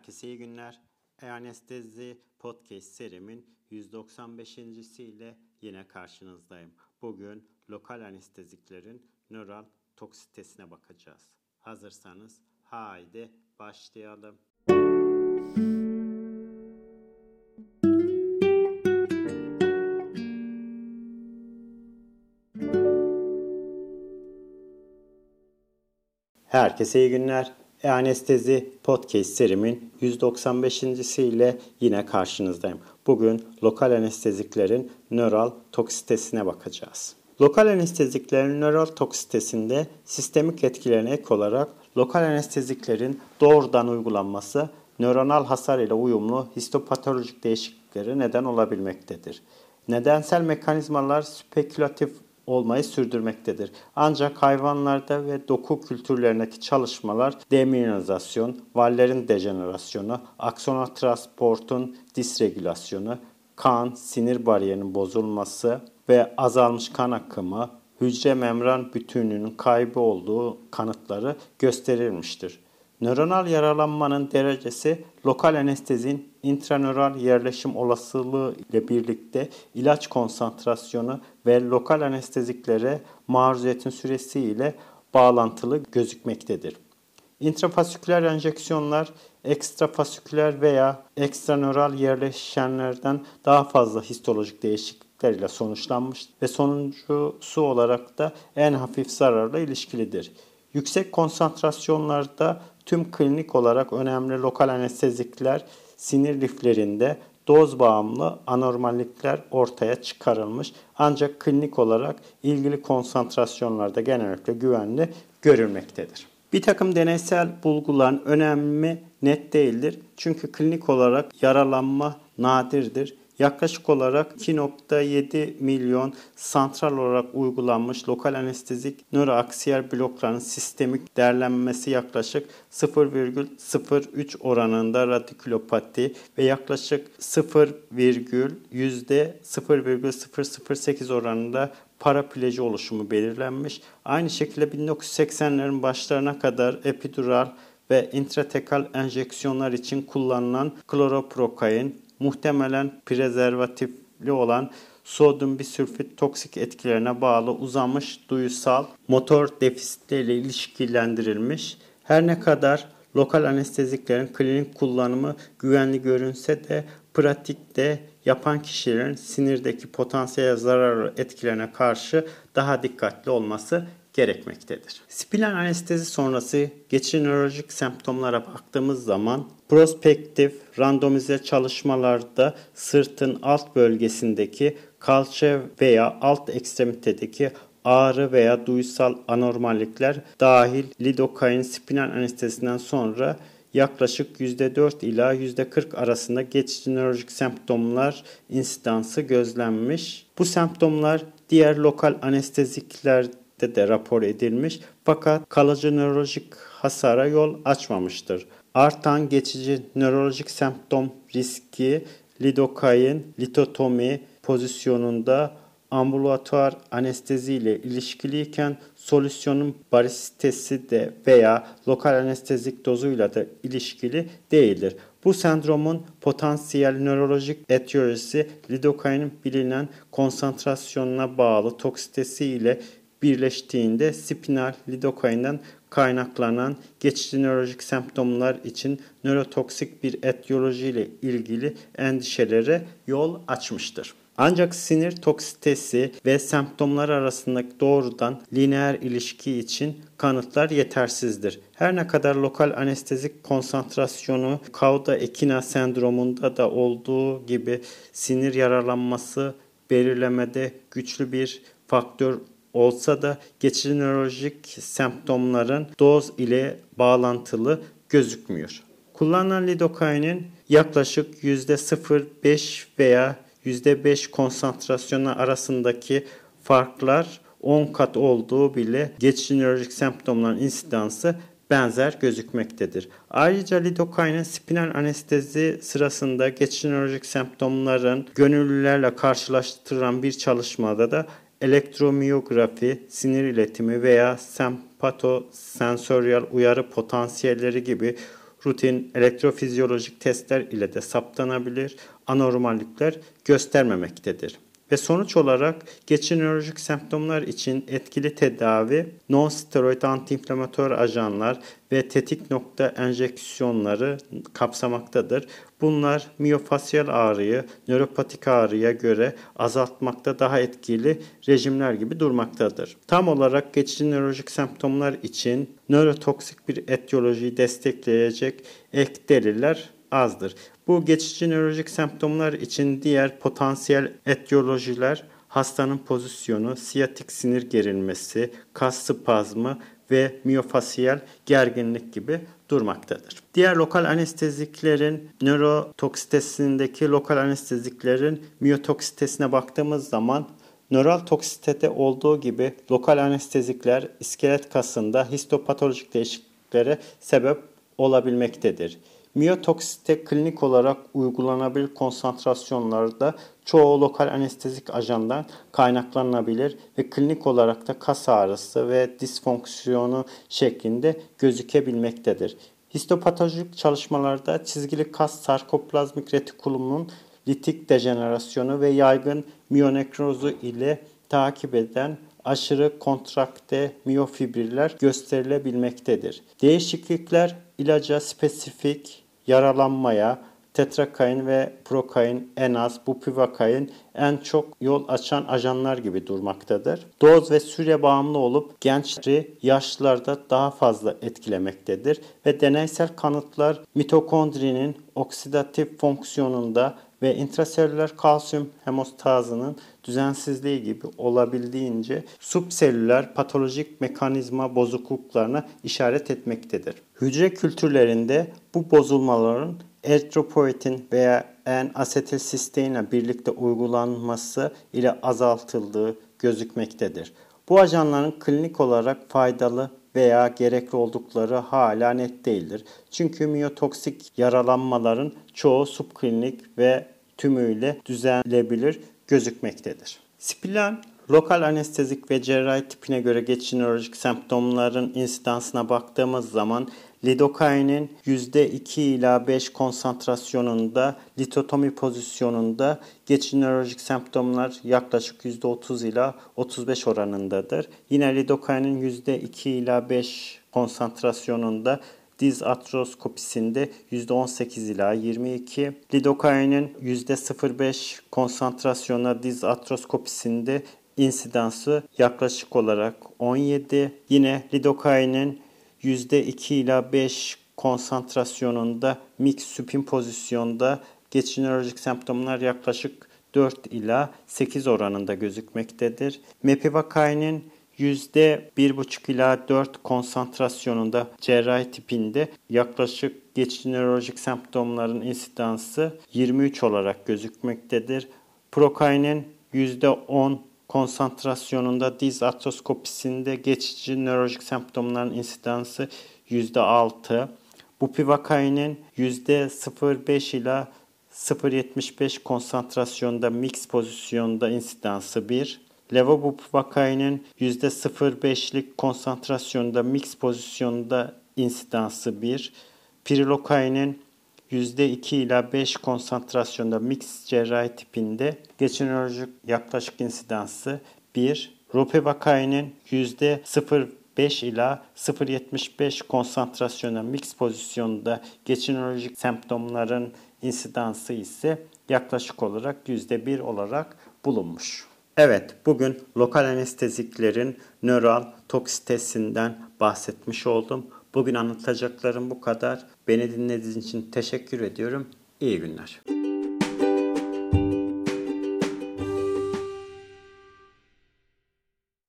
Herkese iyi günler. E-Anestezi Podcast serimin 195. ile yine karşınızdayım. Bugün lokal anesteziklerin nöral toksitesine bakacağız. Hazırsanız haydi başlayalım. Herkese iyi günler. E-Anestezi Podcast serimin 195. ile yine karşınızdayım. Bugün lokal anesteziklerin nöral toksitesine bakacağız. Lokal anesteziklerin nöral toksitesinde sistemik etkilerine ek olarak lokal anesteziklerin doğrudan uygulanması nöronal hasar ile uyumlu histopatolojik değişikliklere neden olabilmektedir. Nedensel mekanizmalar spekülatif olmayı sürdürmektedir. Ancak hayvanlarda ve doku kültürlerindeki çalışmalar demiyelizasyon, vallerin dejenerasyonu, aksonal transportun disregülasyonu, kan, sinir bariyerinin bozulması ve azalmış kan akımı, hücre membran bütünlüğünün kaybı olduğu kanıtları gösterilmiştir. Nöronal yaralanmanın derecesi lokal anestezinin intranöral yerleşim olasılığı ile birlikte ilaç konsantrasyonu ve lokal anesteziklere maruziyetin süresi ile bağlantılı gözükmektedir. İntrafasiküler enjeksiyonlar ekstrafasiküler veya ekstranöral yerleşenlerden daha fazla histolojik değişiklikler ile sonuçlanmış ve sonuncusu olarak da en hafif zararla ilişkilidir. Yüksek konsantrasyonlarda tüm klinik olarak önemli lokal anestezikler sinir liflerinde doz bağımlı anormallikler ortaya çıkarılmış ancak klinik olarak ilgili konsantrasyonlarda genellikle güvenli görülmektedir. Bir takım deneysel bulguların önemi net değildir çünkü klinik olarak yaralanma nadirdir. Yaklaşık olarak 2,7 milyon santral olarak uygulanmış lokal anestezik nöroaksiyel blokların sistemik değerlenmesi yaklaşık 0,03 oranında radikülopati ve yaklaşık %0,008 oranında parapleji oluşumu belirlenmiş. Aynı şekilde 1980'lerin başlarına kadar epidural ve intratekal enjeksiyonlar için kullanılan kloroprokain, muhtemelen prezervatifli olan sodyum bisülfit toksik etkilerine bağlı uzamış duyusal motor defisitleriyle ilişkilendirilmiş. Her ne kadar lokal anesteziklerin klinik kullanımı güvenli görünse de pratikte yapan kişilerin sinirdeki potansiyel zararlı etkilerine karşı daha dikkatli olması gerekmektedir. Spinal anestezi sonrası geçici nörolojik semptomlara baktığımız zaman prospektif randomize çalışmalarda sırtın alt bölgesindeki kalça veya alt ekstremitedeki ağrı veya duysal anormallikler dahil lidokain spinal anestezisinden sonra yaklaşık %4 ila %40 arasında geçici nörolojik semptomlar insidansı gözlenmiş. Bu semptomlar diğer lokal anesteziklerde de rapor edilmiş fakat kalıcı nörolojik hasara yol açmamıştır. Artan geçici nörolojik semptom riski lidokain litotomi pozisyonunda ambulatuar anestezi ile ilişkiliyken solüsyonun barisitesi de veya lokal anestezik dozuyla da ilişkili değildir. Bu sendromun potansiyel nörolojik etiyolojisi lidokainin bilinen konsantrasyonuna bağlı toksitesi ile birleştiğinde spinal lidokainden kaynaklanan geçici nörolojik semptomlar için nörotoksik bir etiyoloji ile ilgili endişelere yol açmıştır. Ancak sinir toksitesi ve semptomlar arasındaki doğrudan lineer ilişki için kanıtlar yetersizdir. Her ne kadar lokal anestezik konsantrasyonu Cauda Equina sendromunda da olduğu gibi sinir yaralanması belirlemede güçlü bir faktör olsa da geçici nörolojik semptomların doz ile bağlantılı gözükmüyor. Kullanılan lidokainin yaklaşık %0,5 veya %5 konsantrasyonu arasındaki farklar 10 kat olduğu bile geçici nörolojik semptomların insidansı benzer gözükmektedir. Ayrıca lidokainin spinal anestezi sırasında geçici nörolojik semptomların gönüllülerle karşılaştırılan bir çalışmada da elektromiyografi, sinir iletimi veya sempatosensöriyel uyarı potansiyelleri gibi rutin elektrofizyolojik testler ile de saptanabilir, anormallikler göstermemektedir. Ve sonuç olarak geçici semptomlar için etkili tedavi, non-steroid antiinflamatuar ajanlar ve tetik nokta enjeksiyonları kapsamaktadır. Bunlar miyofasyal ağrıyı nöropatik ağrıya göre azaltmakta daha etkili rejimler gibi durmaktadır. Tam olarak geçici nörolojik semptomlar için nörotoksik bir etiyolojiyi destekleyecek ek deliller azdır. Bu geçici nörolojik semptomlar için diğer potansiyel etiyolojiler hastanın pozisyonu, siyatik sinir gerilmesi, kas spazmı ve miyofasyal gerginlik gibi durmaktadır. Diğer lokal anesteziklerin nörotoksitesindeki lokal anesteziklerin miyotoksitesine baktığımız zaman nöral toksitede olduğu gibi lokal anestezikler iskelet kasında histopatolojik değişikliklere sebep olabilmektedir. Miyotoksite klinik olarak uygulanabilir konsantrasyonlarda çoğu lokal anestezik ajandan kaynaklanabilir ve klinik olarak da kas ağrısı ve disfonksiyonu şeklinde gözükebilmektedir. Histopatolojik çalışmalarda çizgili kas sarkoplazmik retikulumun litik dejenerasyonu ve yaygın miyonekrozu ile takip eden aşırı kontrakte miyofibriller gösterilebilmektedir. Değişiklikler ilaca spesifik yaralanmaya, tetrakain ve prokain en az, bupivakain en çok yol açan ajanlar gibi durmaktadır. Doz ve süre bağımlı olup gençleri yaşlılarda daha fazla etkilemektedir ve deneysel kanıtlar mitokondrinin oksidatif fonksiyonunda ve intraselüler kalsiyum hemostazının düzensizliği gibi olabildiğince subselüler patolojik mekanizma bozukluklarına işaret etmektedir. Hücre kültürlerinde bu bozulmaların eritropoietin veya N-asetilsisteinle birlikte uygulanması ile azaltıldığı gözükmektedir. Bu ajanların klinik olarak faydalı veya gerekli oldukları hala net değildir. Çünkü miyotoksik yaralanmaların çoğu subklinik ve tümüyle düzelebilir gözükmektedir. Spillan, lokal anestezik ve cerrahi tipine göre geçici nörolojik semptomların insidansına baktığımız zaman lidokainin %2 ila 5 konsantrasyonunda, litotomi pozisyonunda geçici nörolojik semptomlar yaklaşık %30 ila 35 oranındadır. Yine lidokainin %2 ila 5 konsantrasyonunda diz atroskopisinde %18 ila 22, lidokainin %0,5 konsantrasyona diz atroskopisinde insidansı yaklaşık olarak 17. Yine lidokainin %2 ila 5 konsantrasyonunda mix supin pozisyonda geçici nörolojik semptomlar yaklaşık 4 ila 8 oranında gözükmektedir. Mepivakainin %1,5 ila 4 konsantrasyonunda cerrahi tipinde yaklaşık geçici nörolojik semptomların insidansı 23 olarak gözükmektedir. Prokainin %10 konsantrasyonunda diz atroskopisinde geçici nörolojik semptomların insidansı %6. Bupivakainin %0,5 ila 0,75 konsantrasyonda mix pozisyonda insidansı 1. Levobupivakainin %0,5'lik konsantrasyonda mix pozisyonda insidansı 1. Pirilokainin %2 ila 5 konsantrasyonda mix cerrahi tipinde geçici nörolojik yaklaşık insidansı 1. Ropivakainin %0,5 ila 0,75 konsantrasyonda mix pozisyonda geçici nörolojik semptomların insidansı ise yaklaşık olarak %1 olarak bulunmuş. Evet, bugün lokal anesteziklerin nöral toksitesinden bahsetmiş oldum. Bugün anlatacaklarım bu kadar. Beni dinlediğiniz için teşekkür ediyorum. İyi günler.